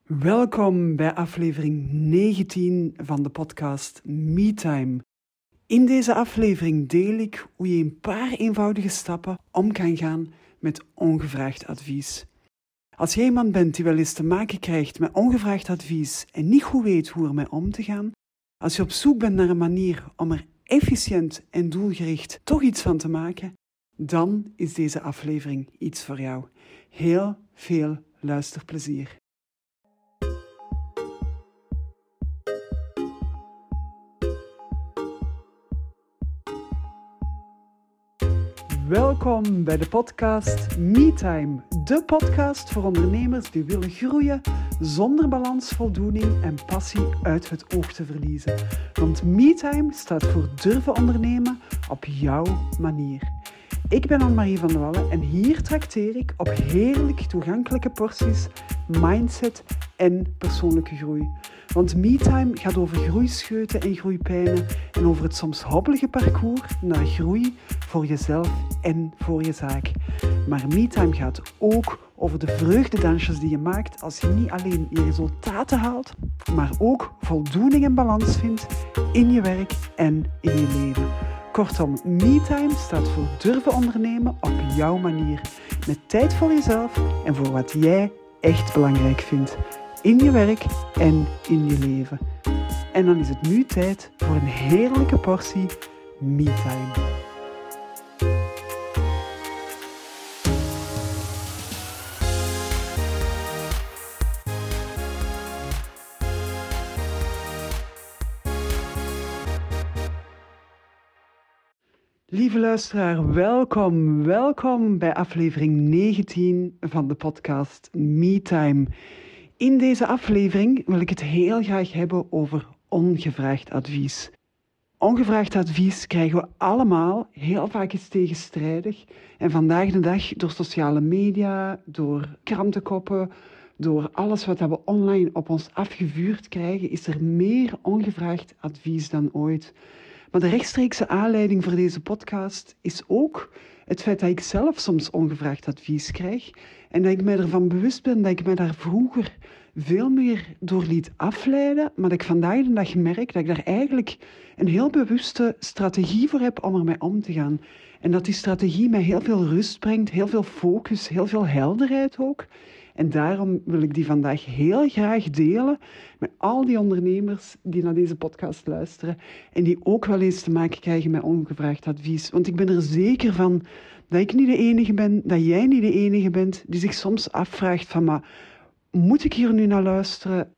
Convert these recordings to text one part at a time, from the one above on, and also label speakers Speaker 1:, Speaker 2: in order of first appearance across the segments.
Speaker 1: Welkom bij aflevering 19 van de podcast MeTime. In deze aflevering deel ik hoe je een paar eenvoudige stappen om kan gaan met ongevraagd advies. Als je iemand bent die wel eens te maken krijgt met ongevraagd advies en niet goed weet hoe ermee om te gaan, als je op zoek bent naar een manier om er efficiënt en doelgericht toch iets van te maken, dan is deze aflevering iets voor jou. Heel veel luisterplezier. Welkom bij de podcast MeTime, de podcast voor ondernemers die willen groeien zonder balans, voldoening en passie uit het oog te verliezen. Want MeTime staat voor durven ondernemen op jouw manier. Ik ben Anne-Marie van der Wallen en hier trakteer ik op heerlijk toegankelijke porties, mindset en persoonlijke groei. Want MeTime gaat over groeischeuten en groeipijnen en over het soms hobbelige parcours naar groei voor jezelf en voor je zaak. Maar MeTime gaat ook over de vreugdedansjes die je maakt als je niet alleen je resultaten haalt, maar ook voldoening en balans vindt in je werk en in je leven. Kortom, MeTime staat voor durven ondernemen op jouw manier. Met tijd voor jezelf en voor wat jij echt belangrijk vindt. In je werk en in je leven. En dan is het nu tijd voor een heerlijke portie MeTime. Lieve luisteraar, welkom bij aflevering 19 van de podcast MeTime. In deze aflevering wil ik het heel graag hebben over ongevraagd advies. Ongevraagd advies krijgen we allemaal, heel vaak is tegenstrijdig. En vandaag de dag door sociale media, door krantenkoppen, door alles wat we online op ons afgevuurd krijgen, is er meer ongevraagd advies dan ooit. Maar de rechtstreekse aanleiding voor deze podcast is ook het feit dat ik zelf soms ongevraagd advies krijg en dat ik mij ervan bewust ben dat ik mij daar vroeger veel meer door liet afleiden, maar dat ik vandaag de dag merk dat ik daar eigenlijk een heel bewuste strategie voor heb om ermee om te gaan. En dat die strategie mij heel veel rust brengt, heel veel focus, heel veel helderheid ook. En daarom wil ik die vandaag heel graag delen met al die ondernemers die naar deze podcast luisteren en die ook wel eens te maken krijgen met ongevraagd advies. Want ik ben er zeker van dat ik niet de enige ben, dat jij niet de enige bent die zich soms afvraagt van, maar moet ik hier nu naar luisteren?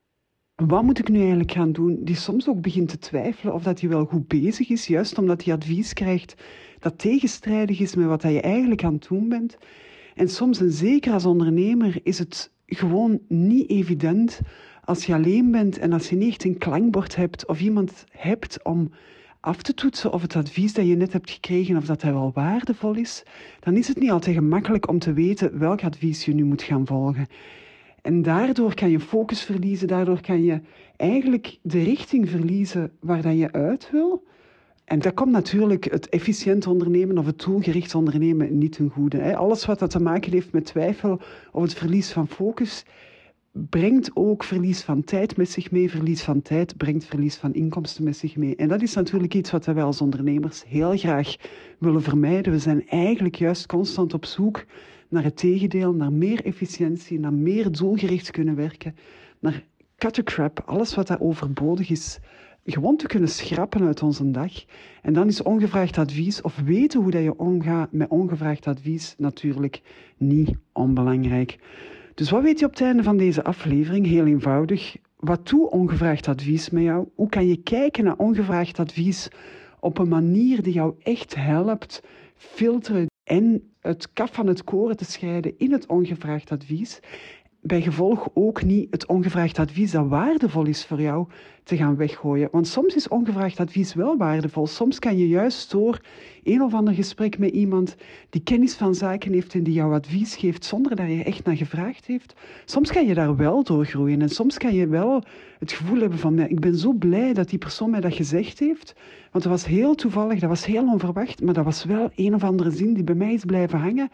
Speaker 1: Wat moet ik nu eigenlijk gaan doen? Die soms ook begint te twijfelen of dat hij wel goed bezig is, juist omdat hij advies krijgt dat tegenstrijdig is met wat je eigenlijk aan het doen bent. En soms, en zeker als ondernemer, is het gewoon niet evident als je alleen bent en als je niet echt een klankbord hebt of iemand hebt om af te toetsen of het advies dat je net hebt gekregen, of dat wel waardevol is, dan is het niet altijd gemakkelijk om te weten welk advies je nu moet gaan volgen. En daardoor kan je focus verliezen, daardoor kan je eigenlijk de richting verliezen waar dat je uit wil. En dat komt natuurlijk het efficiënt ondernemen of het doelgericht ondernemen niet ten goede. Alles wat dat te maken heeft met twijfel of het verlies van focus, brengt ook verlies van tijd met zich mee. Verlies van tijd brengt verlies van inkomsten met zich mee. En dat is natuurlijk iets wat wij als ondernemers heel graag willen vermijden. We zijn eigenlijk juist constant op zoek naar het tegendeel, naar meer efficiëntie, naar meer doelgericht kunnen werken, naar cut the crap, alles wat dat overbodig is, gewoon te kunnen schrappen uit onze dag. En dan is ongevraagd advies of weten hoe dat je omgaat met ongevraagd advies natuurlijk niet onbelangrijk. Dus wat weet je op het einde van deze aflevering? Heel eenvoudig. Wat doet ongevraagd advies met jou? Hoe kan je kijken naar ongevraagd advies op een manier die jou echt helpt filteren en het kaf van het koren te scheiden in het ongevraagd advies? Bij gevolg ook niet het ongevraagd advies dat waardevol is voor jou te gaan weggooien. Want soms is ongevraagd advies wel waardevol. Soms kan je juist door een of ander gesprek met iemand die kennis van zaken heeft en die jou advies geeft zonder dat je echt naar gevraagd heeft. Soms kan je daar wel door groeien en soms kan je wel het gevoel hebben van, ik ben zo blij dat die persoon mij dat gezegd heeft. Want dat was heel toevallig, dat was heel onverwacht, maar dat was wel een of andere zin die bij mij is blijven hangen.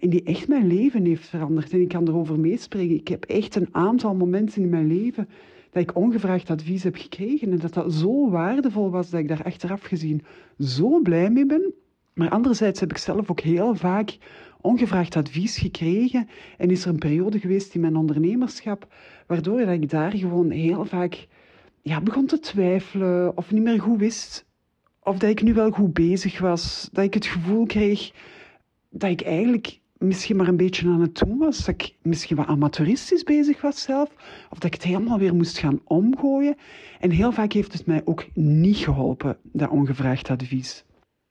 Speaker 1: en die echt mijn leven heeft veranderd. En ik kan erover meespreken. Ik heb echt een aantal momenten in mijn leven dat ik ongevraagd advies heb gekregen en dat zo waardevol was dat ik daar achteraf gezien zo blij mee ben. Maar anderzijds heb ik zelf ook heel vaak ongevraagd advies gekregen en is er een periode geweest in mijn ondernemerschap waardoor dat ik daar gewoon heel vaak begon te twijfelen of niet meer goed wist of dat ik nu wel goed bezig was. Dat ik het gevoel kreeg dat ik eigenlijk misschien maar een beetje aan het doen was. Dat ik misschien wat amateuristisch bezig was zelf. Of dat ik het helemaal weer moest gaan omgooien. En heel vaak heeft het mij ook niet geholpen, dat ongevraagd advies.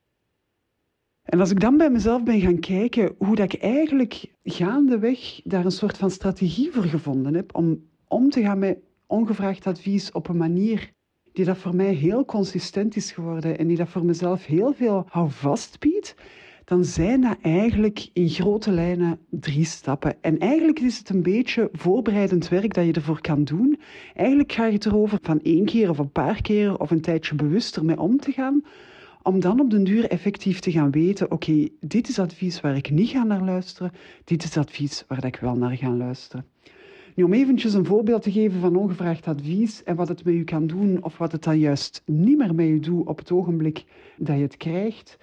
Speaker 1: En als ik dan bij mezelf ben gaan kijken hoe dat ik eigenlijk gaandeweg daar een soort van strategie voor gevonden heb om te gaan met ongevraagd advies op een manier die dat voor mij heel consistent is geworden en die dat voor mezelf heel veel houvast biedt, dan zijn dat eigenlijk in grote lijnen 3 stappen. En eigenlijk is het een beetje voorbereidend werk dat je ervoor kan doen. Eigenlijk gaat het erover van 1 keer of een paar keer of een tijdje bewuster mee om te gaan, om dan op den duur effectief te gaan weten, oké, dit is advies waar ik niet ga naar luisteren, dit is advies waar ik wel naar ga luisteren. Nu, om eventjes een voorbeeld te geven van ongevraagd advies en wat het met je kan doen of wat het dan juist niet meer met je doet op het ogenblik dat je het krijgt.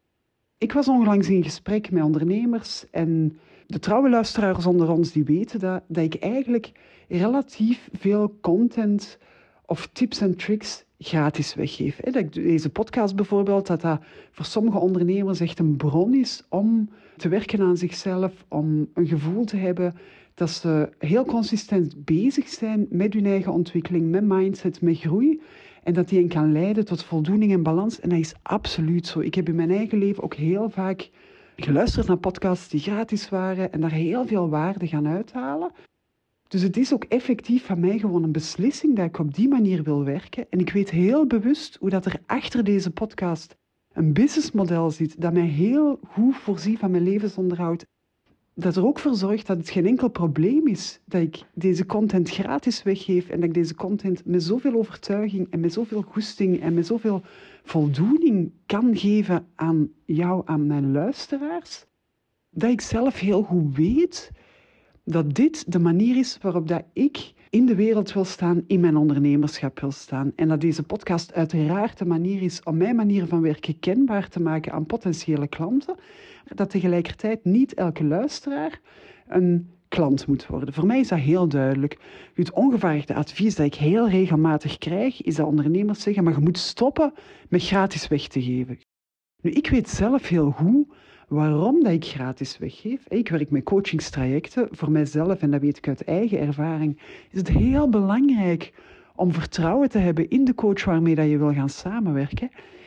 Speaker 1: Ik was onlangs in gesprek met ondernemers en de trouwe luisteraars onder ons die weten dat ik eigenlijk relatief veel content of tips en tricks gratis weggeef. Dat ik deze podcast bijvoorbeeld, dat voor sommige ondernemers echt een bron is om te werken aan zichzelf, om een gevoel te hebben dat ze heel consistent bezig zijn met hun eigen ontwikkeling, met mindset, met groei. En dat die hen kan leiden tot voldoening en balans. En dat is absoluut zo. Ik heb in mijn eigen leven ook heel vaak geluisterd naar podcasts die gratis waren en daar heel veel waarde gaan uithalen. Dus het is ook effectief van mij gewoon een beslissing dat ik op die manier wil werken. En ik weet heel bewust hoe dat er achter deze podcast een businessmodel zit dat mij heel goed voorziet van mijn levensonderhoud. Dat er ook voor zorgt dat het geen enkel probleem is dat ik deze content gratis weggeef en dat ik deze content met zoveel overtuiging en met zoveel goesting en met zoveel voldoening kan geven aan jou, aan mijn luisteraars. Dat ik zelf heel goed weet dat dit de manier is waarop dat ik in de wereld wil staan, in mijn ondernemerschap wil staan. En dat deze podcast uiteraard de manier is om mijn manier van werken kenbaar te maken aan potentiële klanten. Dat tegelijkertijd niet elke luisteraar een klant moet worden. Voor mij is dat heel duidelijk. Het ongevraagde advies dat ik heel regelmatig krijg, is dat ondernemers zeggen, maar je moet stoppen met gratis weg te geven. Nu, ik weet zelf heel goed waarom dat ik gratis weggeef. Ik werk met coachingstrajecten voor mijzelf en dat weet ik uit eigen ervaring. Is het heel belangrijk om vertrouwen te hebben in de coach waarmee dat je wil gaan samenwerken.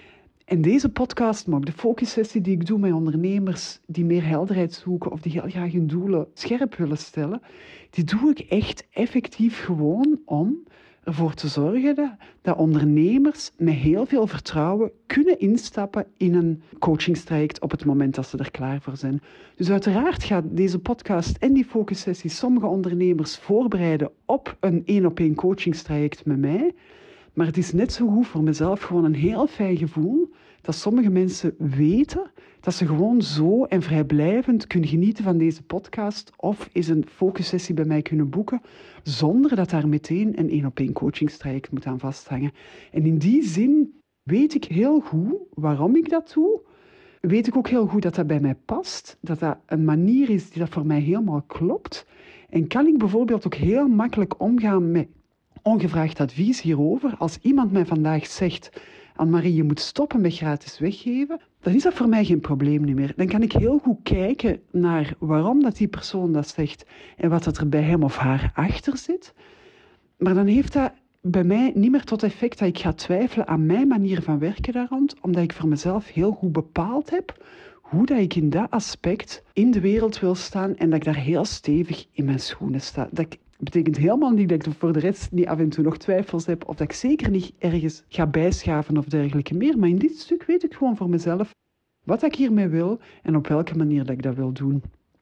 Speaker 1: En deze podcast, maar ook de focussessie die ik doe met ondernemers die meer helderheid zoeken of die heel graag hun doelen scherp willen stellen, die doe ik echt effectief gewoon om ervoor te zorgen dat ondernemers met heel veel vertrouwen kunnen instappen in een coachingstraject op het moment dat ze er klaar voor zijn. Dus uiteraard gaat deze podcast en die focussessie sommige ondernemers voorbereiden op een 1-op-1 coachingstraject met mij. Maar het is net zo goed voor mezelf gewoon een heel fijn gevoel dat sommige mensen weten dat ze gewoon zo en vrijblijvend kunnen genieten van deze podcast of eens een focussessie bij mij kunnen boeken zonder dat daar meteen een 1-op-1 coachingstraject moet aan vasthangen. En in die zin weet ik heel goed waarom ik dat doe. Weet ik ook heel goed dat dat bij mij past, dat dat een manier is die dat voor mij helemaal klopt. En kan ik bijvoorbeeld ook heel makkelijk omgaan met ongevraagd advies hierover. Als iemand mij vandaag zegt, Anne-Marie, je moet stoppen met gratis weggeven, dan is dat voor mij geen probleem meer. Dan kan ik heel goed kijken naar waarom dat die persoon dat zegt en wat dat er bij hem of haar achter zit. Maar dan heeft dat bij mij niet meer tot effect dat ik ga twijfelen aan mijn manier van werken daar rond, omdat ik voor mezelf heel goed bepaald heb hoe dat ik in dat aspect in de wereld wil staan en dat ik daar heel stevig in mijn schoenen sta. Dat betekent helemaal niet dat ik voor de rest niet af en toe nog twijfels heb of dat ik zeker niet ergens ga bijschaven of dergelijke meer. Maar in dit stuk weet ik gewoon voor mezelf wat ik hiermee wil en op welke manier dat ik dat wil doen.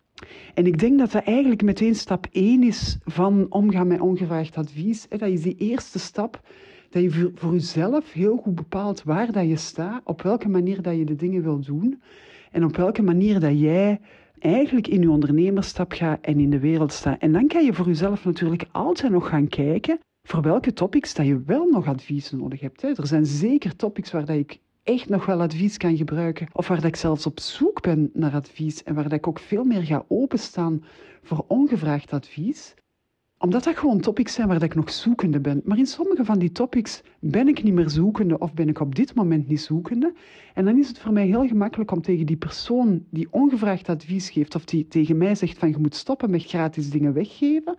Speaker 1: En ik denk dat dat eigenlijk meteen stap 1 is van omgaan met ongevraagd advies. Dat is die eerste stap, dat je voor jezelf heel goed bepaalt waar dat je staat, op welke manier dat je de dingen wil doen en op welke manier dat jij eigenlijk in je ondernemerschap gaat en in de wereld staat. En dan kan je voor jezelf natuurlijk altijd nog gaan kijken voor welke topics dat je wel nog advies nodig hebt. Er zijn zeker topics waar dat ik echt nog wel advies kan gebruiken, of waar dat ik zelfs op zoek ben naar advies en waar dat ik ook veel meer ga openstaan voor ongevraagd advies, omdat dat gewoon topics zijn waar dat ik nog zoekende ben. Maar in sommige van die topics ben ik niet meer zoekende of ben ik op dit moment niet zoekende. En dan is het voor mij heel gemakkelijk om tegen die persoon die ongevraagd advies geeft of die tegen mij zegt van je moet stoppen met gratis dingen weggeven,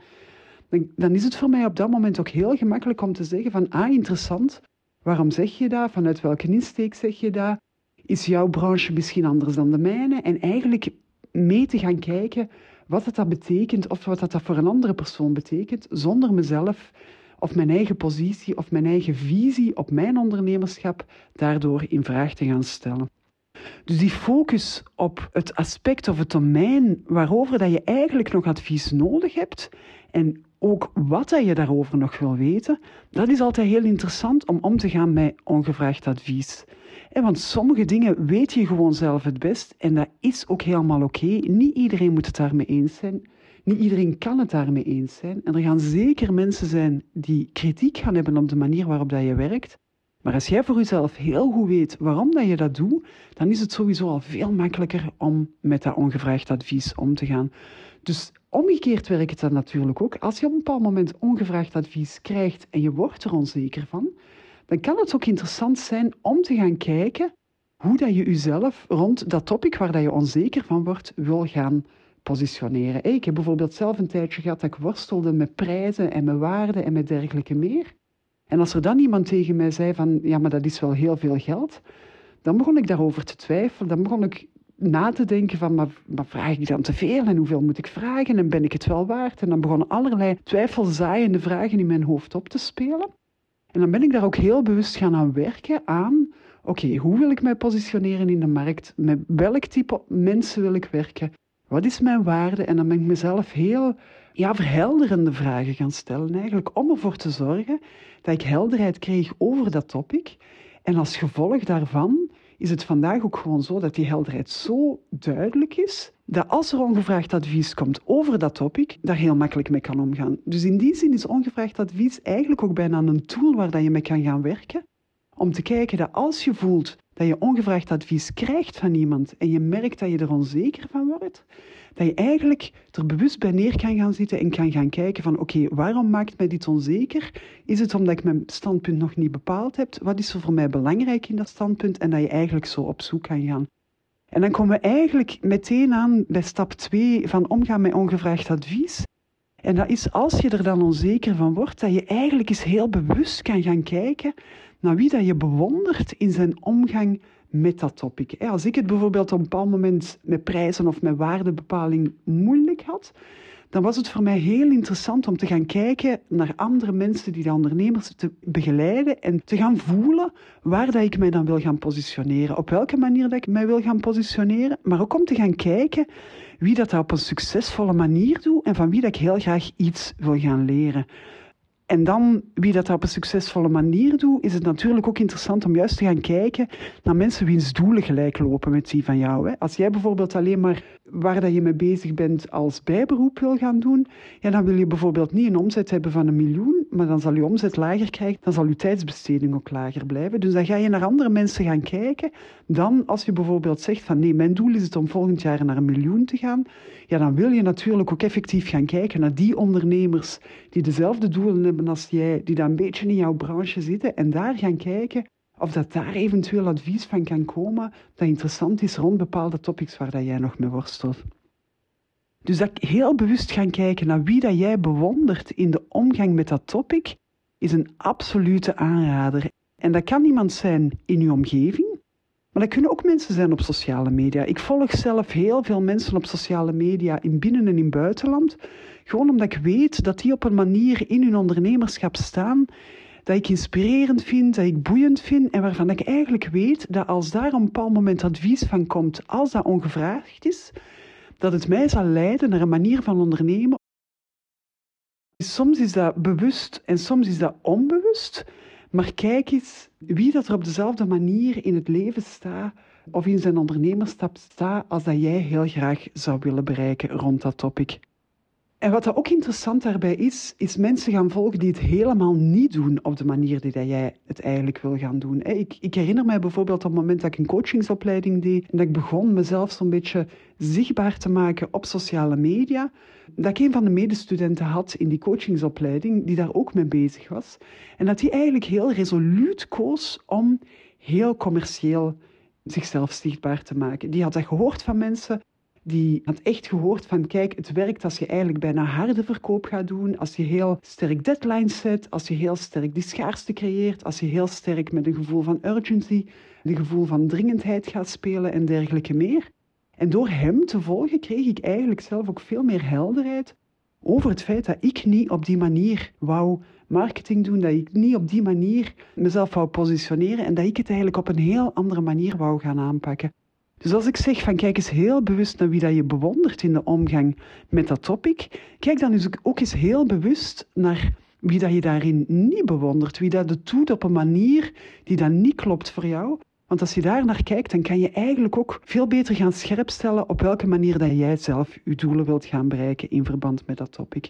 Speaker 1: dan is het voor mij op dat moment ook heel gemakkelijk om te zeggen van interessant, waarom zeg je dat? Vanuit welke insteek zeg je dat? Is jouw branche misschien anders dan de mijne? En eigenlijk mee te gaan kijken wat dat betekent of wat dat voor een andere persoon betekent, zonder mezelf of mijn eigen positie of mijn eigen visie op mijn ondernemerschap daardoor in vraag te gaan stellen. Dus die focus op het aspect of het domein waarover dat je eigenlijk nog advies nodig hebt en ook wat dat je daarover nog wil weten, dat is altijd heel interessant om te gaan met ongevraagd advies. Want sommige dingen weet je gewoon zelf het best en dat is ook helemaal oké. Niet iedereen moet het daarmee eens zijn. Niet iedereen kan het daarmee eens zijn. En er gaan zeker mensen zijn die kritiek gaan hebben op de manier waarop dat je werkt. Maar als jij voor jezelf heel goed weet waarom dat je dat doet, dan is het sowieso al veel makkelijker om met dat ongevraagd advies om te gaan. Dus omgekeerd werkt het dan natuurlijk ook. Als je op een bepaald moment ongevraagd advies krijgt en je wordt er onzeker van, dan kan het ook interessant zijn om te gaan kijken hoe dat je jezelf rond dat topic waar dat je onzeker van wordt wil gaan positioneren. Ik heb bijvoorbeeld zelf een tijdje gehad dat ik worstelde met prijzen en met waarden en met dergelijke meer. En als er dan iemand tegen mij zei van, ja, maar dat is wel heel veel geld, dan begon ik daarover te twijfelen. Dan begon ik na te denken van, maar vraag ik dan te veel en hoeveel moet ik vragen en ben ik het wel waard? En dan begonnen allerlei twijfelzaaiende vragen in mijn hoofd op te spelen. En dan ben ik daar ook heel bewust gaan aan werken aan, oké, hoe wil ik mij positioneren in de markt? Met welk type mensen wil ik werken? Wat is mijn waarde? En dan ben ik mezelf heel verhelderende vragen gaan stellen, eigenlijk om ervoor te zorgen dat ik helderheid kreeg over dat topic. En als gevolg daarvan is het vandaag ook gewoon zo dat die helderheid zo duidelijk is, dat als er ongevraagd advies komt over dat topic, daar heel makkelijk mee kan omgaan. Dus in die zin is ongevraagd advies eigenlijk ook bijna een tool waar dat je mee kan gaan werken, om te kijken dat als je voelt dat je ongevraagd advies krijgt van iemand en je merkt dat je er onzeker van wordt, dat je eigenlijk er bewust bij neer kan gaan zitten en kan gaan kijken van oké, waarom maakt mij dit onzeker? Is het omdat ik mijn standpunt nog niet bepaald heb? Wat is er voor mij belangrijk in dat standpunt? En dat je eigenlijk zo op zoek kan gaan. En dan komen we eigenlijk meteen aan bij stap 2 van omgaan met ongevraagd advies. En dat is als je er dan onzeker van wordt, dat je eigenlijk eens heel bewust kan gaan kijken naar wie dat je bewondert in zijn omgang met dat topic. Als ik het bijvoorbeeld op een bepaald moment met prijzen of met waardebepaling moeilijk had, dan was het voor mij heel interessant om te gaan kijken naar andere mensen die de ondernemers te begeleiden en te gaan voelen waar dat ik mij dan wil gaan positioneren, op welke manier dat ik mij wil gaan positioneren, maar ook om te gaan kijken wie dat op een succesvolle manier doet en van wie dat ik heel graag iets wil gaan leren. En dan, wie dat op een succesvolle manier doet, is het natuurlijk ook interessant om juist te gaan kijken naar mensen wiens doelen gelijk lopen met die van jou. Als jij bijvoorbeeld alleen maar waar dat je mee bezig bent als bijberoep wil gaan doen, ja, dan wil je bijvoorbeeld niet een omzet hebben van 1 miljoen, maar dan zal je omzet lager krijgen, dan zal je tijdsbesteding ook lager blijven. Dus dan ga je naar andere mensen gaan kijken dan als je bijvoorbeeld zegt van nee, mijn doel is het om volgend jaar naar 1 miljoen te gaan. Ja, dan wil je natuurlijk ook effectief gaan kijken naar die ondernemers die dezelfde doelen hebben als jij, die daar een beetje in jouw branche zitten en daar gaan kijken of dat daar eventueel advies van kan komen dat interessant is rond bepaalde topics waar dat jij nog mee worstelt. Dus dat heel bewust gaan kijken naar wie dat jij bewondert in de omgang met dat topic, is een absolute aanrader. En dat kan iemand zijn in je omgeving, maar dat kunnen ook mensen zijn op sociale media. Ik volg zelf heel veel mensen op sociale media in binnen- en in buitenland, gewoon omdat ik weet dat die op een manier in hun ondernemerschap staan dat ik inspirerend vind, dat ik boeiend vind en waarvan ik eigenlijk weet dat als daar op een bepaald moment advies van komt, als dat ongevraagd is, dat het mij zal leiden naar een manier van ondernemen. Soms is dat bewust en soms is dat onbewust, maar kijk eens wie dat er op dezelfde manier in het leven staat of in zijn ondernemerstap staat als dat jij heel graag zou willen bereiken rond dat topic. En wat dat ook interessant daarbij is mensen gaan volgen die het helemaal niet doen op de manier die dat jij het eigenlijk wil gaan doen. Ik herinner mij bijvoorbeeld op het moment dat ik een coachingsopleiding deed en dat ik begon mezelf zo'n beetje zichtbaar te maken op sociale media, dat ik een van de medestudenten had in die coachingsopleiding die daar ook mee bezig was. En dat die eigenlijk heel resoluut koos om heel commercieel zichzelf zichtbaar te maken. Die had dat gehoord van mensen. Die had echt gehoord van, kijk, het werkt als je eigenlijk bijna harde verkoop gaat doen, als je heel sterk deadlines zet, als je heel sterk die schaarste creëert, als je heel sterk met een gevoel van urgency, een gevoel van dringendheid gaat spelen en dergelijke meer. En door hem te volgen kreeg ik eigenlijk zelf ook veel meer helderheid over het feit dat ik niet op die manier wou marketing doen, dat ik niet op die manier mezelf wou positioneren en dat ik het eigenlijk op een heel andere manier wou gaan aanpakken. Dus als ik zeg van kijk eens heel bewust naar wie dat je bewondert in de omgang met dat topic, kijk dan dus ook eens heel bewust naar wie dat je daarin niet bewondert, wie dat het doet op een manier die dan niet klopt voor jou. Want als je daar naar kijkt, dan kan je eigenlijk ook veel beter gaan scherpstellen op welke manier dat jij zelf je doelen wilt gaan bereiken in verband met dat topic.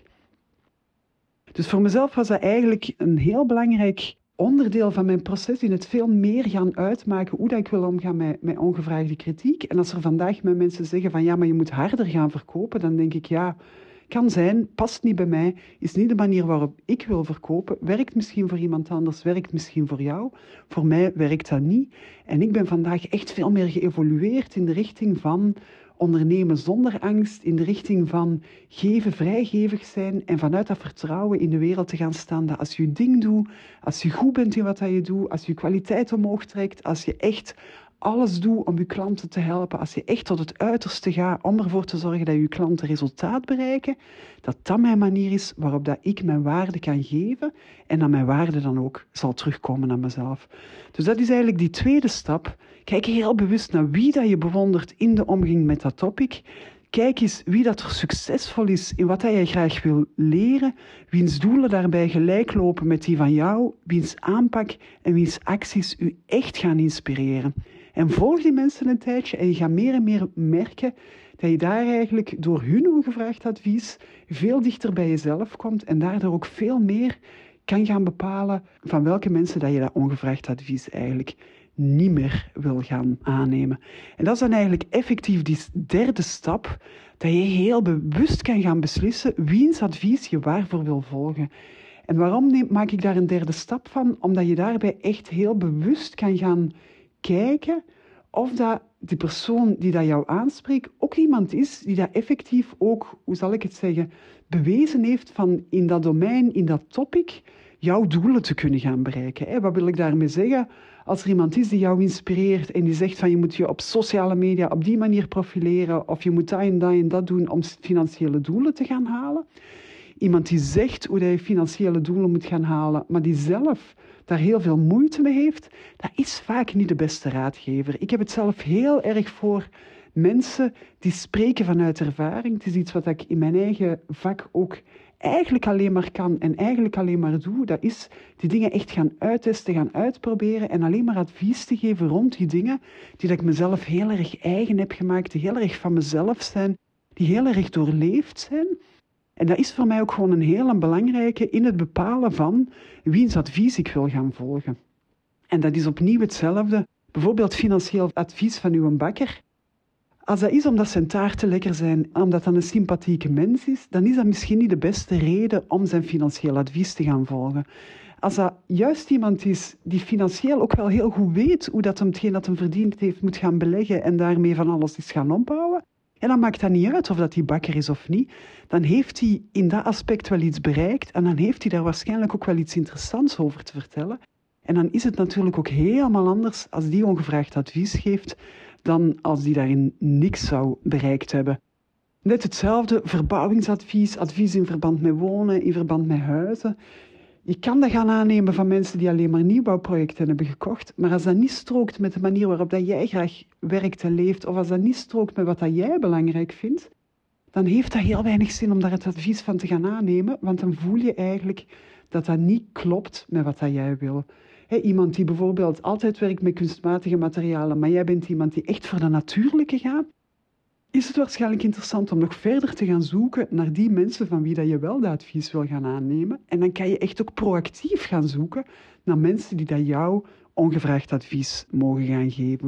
Speaker 1: Dus voor mezelf was dat eigenlijk een heel belangrijk onderdeel van mijn proces in het veel meer gaan uitmaken hoe dat ik wil omgaan met ongevraagde kritiek. En als er vandaag met mensen zeggen van ja, maar je moet harder gaan verkopen, dan denk ik ja, kan zijn, past niet bij mij, is niet de manier waarop ik wil verkopen, werkt misschien voor iemand anders, werkt misschien voor jou. Voor mij werkt dat niet. En ik ben vandaag echt veel meer geëvolueerd in de richting van ondernemen zonder angst, in de richting van geven, vrijgevig zijn en vanuit dat vertrouwen in de wereld te gaan staan dat als je je ding doet, als je goed bent in wat je doet, als je je kwaliteit omhoog trekt, als je echt alles doet om je klanten te helpen, als je echt tot het uiterste gaat om ervoor te zorgen dat je klanten resultaat bereiken, dat dat mijn manier is waarop dat ik mijn waarde kan geven en dat mijn waarde dan ook zal terugkomen naar mezelf. Dus dat is eigenlijk die tweede stap. Kijk heel bewust naar wie dat je bewondert in de omgang met dat topic. Kijk eens wie dat er succesvol is in wat dat jij graag wil leren, wiens doelen daarbij gelijk lopen met die van jou, wiens aanpak en wiens acties u echt gaan inspireren. En volg die mensen een tijdje en je gaat meer en meer merken dat je daar eigenlijk door hun ongevraagd advies veel dichter bij jezelf komt en daardoor ook veel meer kan gaan bepalen van welke mensen dat je dat ongevraagd advies eigenlijk niet meer wil gaan aannemen. En dat is dan eigenlijk effectief die derde stap, dat je heel bewust kan gaan beslissen wiens advies je waarvoor wil volgen. En waarom maak ik daar een derde stap van? Omdat je daarbij echt heel bewust kan gaan kijken of dat die persoon die dat jou aanspreekt ook iemand is die dat effectief ook, hoe zal ik het zeggen, bewezen heeft van in dat domein, in dat topic, jouw doelen te kunnen gaan bereiken. Wat wil ik daarmee zeggen? Als er iemand is die jou inspireert en die zegt van je moet je op sociale media op die manier profileren of je moet dat en dat doen om financiële doelen te gaan halen. Iemand die zegt hoe je financiële doelen moet gaan halen, maar die zelf daar heel veel moeite mee heeft, dat is vaak niet de beste raadgever. Ik heb het zelf heel erg voor mensen die spreken vanuit ervaring. Het is iets wat ik in mijn eigen vak ook eigenlijk alleen maar kan en eigenlijk alleen maar doe. Dat is die dingen echt gaan uittesten, gaan uitproberen en alleen maar advies te geven rond die dingen die dat ik mezelf heel erg eigen heb gemaakt, die heel erg van mezelf zijn, die heel erg doorleefd zijn. En dat is voor mij ook gewoon een heel belangrijke in het bepalen van wiens advies ik wil gaan volgen. En dat is opnieuw hetzelfde. Bijvoorbeeld financieel advies van uw bakker. Als dat is omdat zijn taarten lekker zijn, omdat dat een sympathieke mens is, dan is dat misschien niet de beste reden om zijn financieel advies te gaan volgen. Als dat juist iemand is die financieel ook wel heel goed weet hoe dat hem hetgeen dat hem verdiend heeft moet gaan beleggen en daarmee van alles is gaan opbouwen, en dan maakt dat niet uit of dat die bakker is of niet. Dan heeft hij in dat aspect wel iets bereikt en dan heeft hij daar waarschijnlijk ook wel iets interessants over te vertellen. En dan is het natuurlijk ook helemaal anders als die ongevraagd advies geeft dan als die daarin niks zou bereikt hebben. Net hetzelfde, verbouwingsadvies, advies in verband met wonen, in verband met huizen. Je kan dat gaan aannemen van mensen die alleen maar nieuwbouwprojecten hebben gekocht, maar als dat niet strookt met de manier waarop dat jij graag werkt en leeft, of als dat niet strookt met wat dat jij belangrijk vindt, dan heeft dat heel weinig zin om daar het advies van te gaan aannemen, want dan voel je eigenlijk dat dat niet klopt met wat dat jij wil. Iemand die bijvoorbeeld altijd werkt met kunstmatige materialen, maar jij bent iemand die echt voor de natuurlijke gaat, is het waarschijnlijk interessant om nog verder te gaan zoeken naar die mensen van wie dat je wel dat advies wil gaan aannemen. En dan kan je echt ook proactief gaan zoeken naar mensen die dat jou ongevraagd advies mogen gaan geven.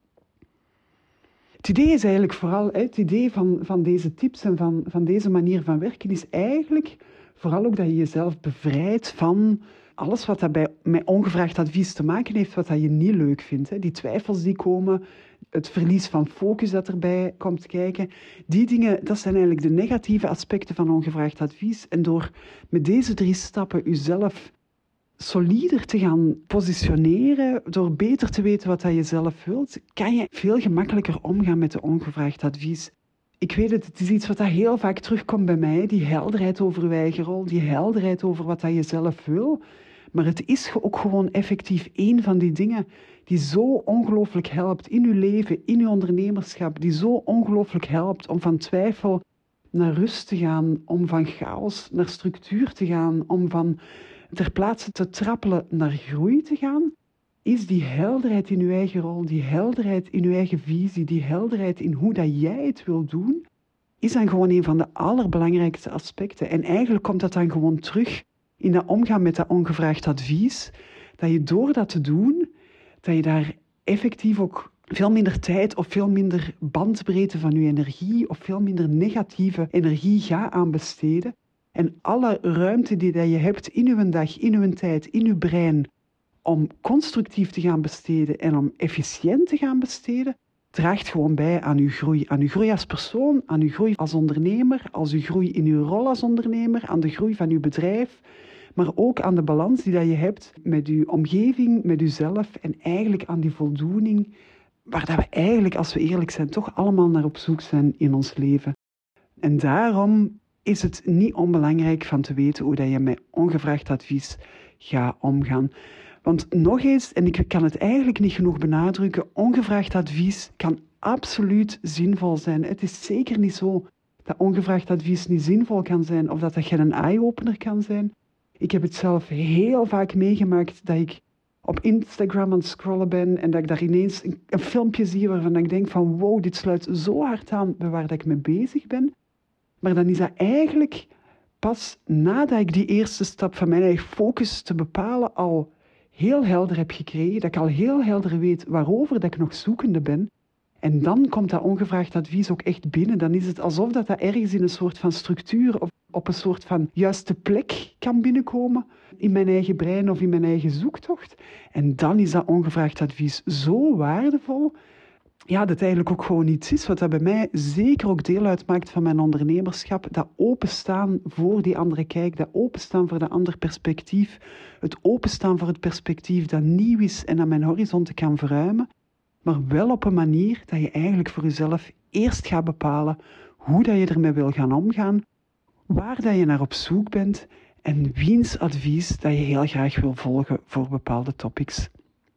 Speaker 1: Het idee is eigenlijk vooral, het idee van deze tips en van deze manier van werken is eigenlijk vooral ook dat je jezelf bevrijdt van alles wat dat met ongevraagd advies te maken heeft, wat dat je niet leuk vindt. Die twijfels die komen, het verlies van focus dat erbij komt kijken. Die dingen, dat zijn eigenlijk de negatieve aspecten van ongevraagd advies. En door met deze 3 stappen jezelf solider te gaan positioneren, door beter te weten wat dat je zelf wilt, kan je veel gemakkelijker omgaan met de ongevraagd advies. Ik weet het is iets wat dat heel vaak terugkomt bij mij, die helderheid over weigerrol, die helderheid over wat dat je zelf wil. Maar het is ook gewoon effectief één van die dingen die zo ongelooflijk helpt in je leven, in je ondernemerschap, die zo ongelooflijk helpt om van twijfel naar rust te gaan, om van chaos naar structuur te gaan, om van ter plaatse te trappelen naar groei te gaan, is die helderheid in je eigen rol, die helderheid in je eigen visie, die helderheid in hoe dat jij het wil doen, is dan gewoon een van de allerbelangrijkste aspecten. En eigenlijk komt dat dan gewoon terug in dat omgaan met dat ongevraagd advies, dat je door dat te doen, dat je daar effectief ook veel minder tijd of veel minder bandbreedte van je energie of veel minder negatieve energie gaat aan besteden. En alle ruimte die dat je hebt in je dag, in je tijd, in je brein, om constructief te gaan besteden en om efficiënt te gaan besteden, draagt gewoon bij aan uw groei. Aan uw groei als persoon, aan uw groei als ondernemer, als uw groei in uw rol als ondernemer, aan de groei van uw bedrijf, maar ook aan de balans die dat je hebt met uw omgeving, met uzelf en eigenlijk aan die voldoening waar dat we eigenlijk, als we eerlijk zijn, toch allemaal naar op zoek zijn in ons leven. En daarom is het niet onbelangrijk van te weten hoe dat je met ongevraagd advies gaat omgaan. Want nog eens, en ik kan het eigenlijk niet genoeg benadrukken, ongevraagd advies kan absoluut zinvol zijn. Het is zeker niet zo dat ongevraagd advies niet zinvol kan zijn of dat geen eye-opener kan zijn. Ik heb het zelf heel vaak meegemaakt dat ik op Instagram aan het scrollen ben en dat ik daar ineens een filmpje zie waarvan ik denk van wow, dit sluit zo hard aan bij waar dat ik mee bezig ben. Maar dan is dat eigenlijk pas nadat ik die eerste stap van mijn eigen focus te bepalen al heel helder heb gekregen, dat ik al heel helder weet waarover dat ik nog zoekende ben. En dan komt dat ongevraagd advies ook echt binnen. Dan is het alsof dat ergens in een soort van structuur of op een soort van juiste plek kan binnenkomen in mijn eigen brein of in mijn eigen zoektocht. En dan is dat ongevraagd advies zo waardevol, ja, dat eigenlijk ook gewoon iets is wat dat bij mij zeker ook deel uitmaakt van mijn ondernemerschap. Dat openstaan voor die andere kijk, dat openstaan voor dat andere perspectief, het openstaan voor het perspectief dat nieuw is en dat mijn horizonten kan verruimen, maar wel op een manier dat je eigenlijk voor jezelf eerst gaat bepalen hoe dat je ermee wil gaan omgaan, waar dat je naar op zoek bent en wiens advies dat je heel graag wil volgen voor bepaalde topics.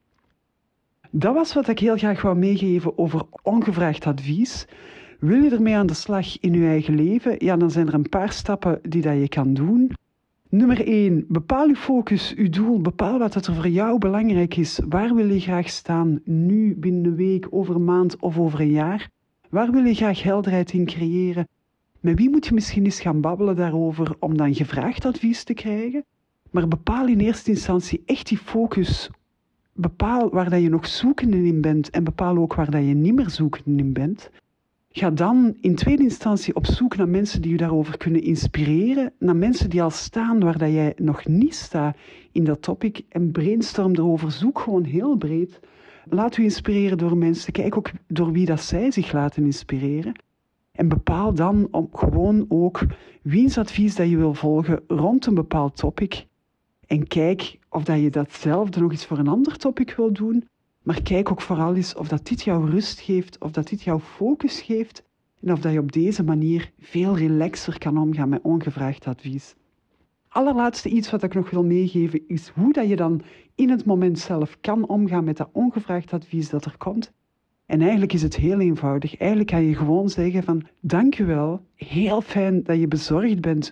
Speaker 1: Dat was wat ik heel graag wou meegeven over ongevraagd advies. Wil je ermee aan de slag in je eigen leven? Ja, dan zijn er een paar stappen die dat je kan doen. Nummer 1, bepaal je focus, je doel. Bepaal wat er voor jou belangrijk is. Waar wil je graag staan? Nu, binnen een week, over een maand of over een jaar? Waar wil je graag helderheid in creëren? Met wie moet je misschien eens gaan babbelen daarover om dan gevraagd advies te krijgen? Maar bepaal in eerste instantie echt die focus. Bepaal waar dat je nog zoekende in bent en bepaal ook waar dat je niet meer zoekende in bent. Ga dan in tweede instantie op zoek naar mensen die je daarover kunnen inspireren, naar mensen die al staan waar dat jij nog niet staat in dat topic en brainstorm erover. Zoek gewoon heel breed. Laat u inspireren door mensen. Kijk ook door wie dat zij zich laten inspireren. En bepaal dan gewoon ook wiens advies dat je wil volgen rond een bepaald topic. En kijk of dat je datzelfde nog eens voor een ander topic wil doen. Maar kijk ook vooral eens of dat dit jou rust geeft, of dat dit jou focus geeft. En of dat je op deze manier veel relaxer kan omgaan met ongevraagd advies. Allerlaatste iets wat ik nog wil meegeven is hoe dat je dan in het moment zelf kan omgaan met dat ongevraagd advies dat er komt. En eigenlijk is het heel eenvoudig. Eigenlijk kan je gewoon zeggen van dank u wel, heel fijn dat je bezorgd bent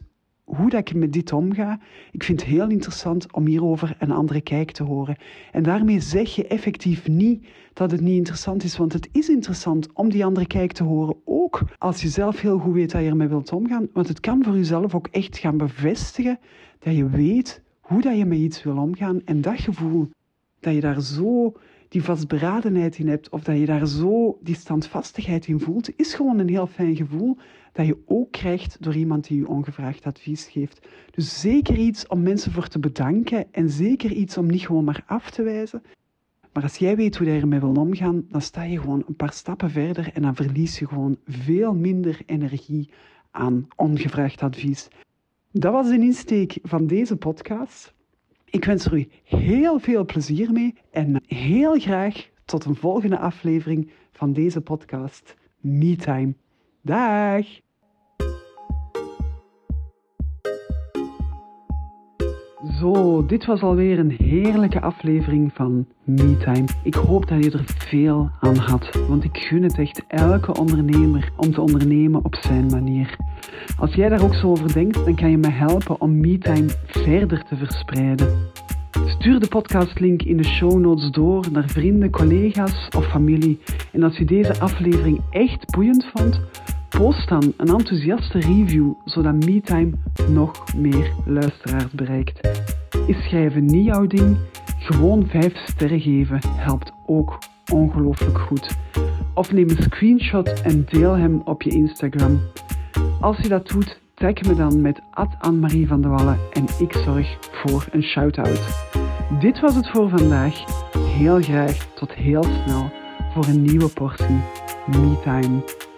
Speaker 1: hoe dat ik met dit omga. Ik vind het heel interessant om hierover een andere kijk te horen. En daarmee zeg je effectief niet dat het niet interessant is, want het is interessant om die andere kijk te horen. Ook als je zelf heel goed weet dat je ermee wilt omgaan. Want het kan voor jezelf ook echt gaan bevestigen dat je weet hoe dat je met iets wil omgaan. En dat gevoel, dat je daar zo die vastberadenheid in hebt, of dat je daar zo die standvastigheid in voelt, is gewoon een heel fijn gevoel dat je ook krijgt door iemand die je ongevraagd advies geeft. Dus zeker iets om mensen voor te bedanken en zeker iets om niet gewoon maar af te wijzen. Maar als jij weet hoe je ermee wil omgaan, dan sta je gewoon een paar stappen verder en dan verlies je gewoon veel minder energie aan ongevraagd advies. Dat was de insteek van deze podcast. Ik wens er u heel veel plezier mee en heel graag tot een volgende aflevering van deze podcast MeTime. Dag! Zo, dit was alweer een heerlijke aflevering van MeTime. Ik hoop dat je er veel aan had, want ik gun het echt elke ondernemer om te ondernemen op zijn manier. Als jij daar ook zo over denkt, dan kan je me helpen om MeTime verder te verspreiden. Stuur de podcastlink in de show notes door naar vrienden, collega's of familie. En als je deze aflevering echt boeiend vond, post dan een enthousiaste review, zodat MeTime nog meer luisteraars bereikt. Is schrijven niet jouw ding? Gewoon 5 sterren geven helpt ook ongelooflijk goed. Of neem een screenshot en deel hem op je Instagram. Als je dat doet, tag me dan met @Annemarie van de Wallen en ik zorg voor een shout-out. Dit was het voor vandaag. Heel graag tot heel snel voor een nieuwe portie MeTime.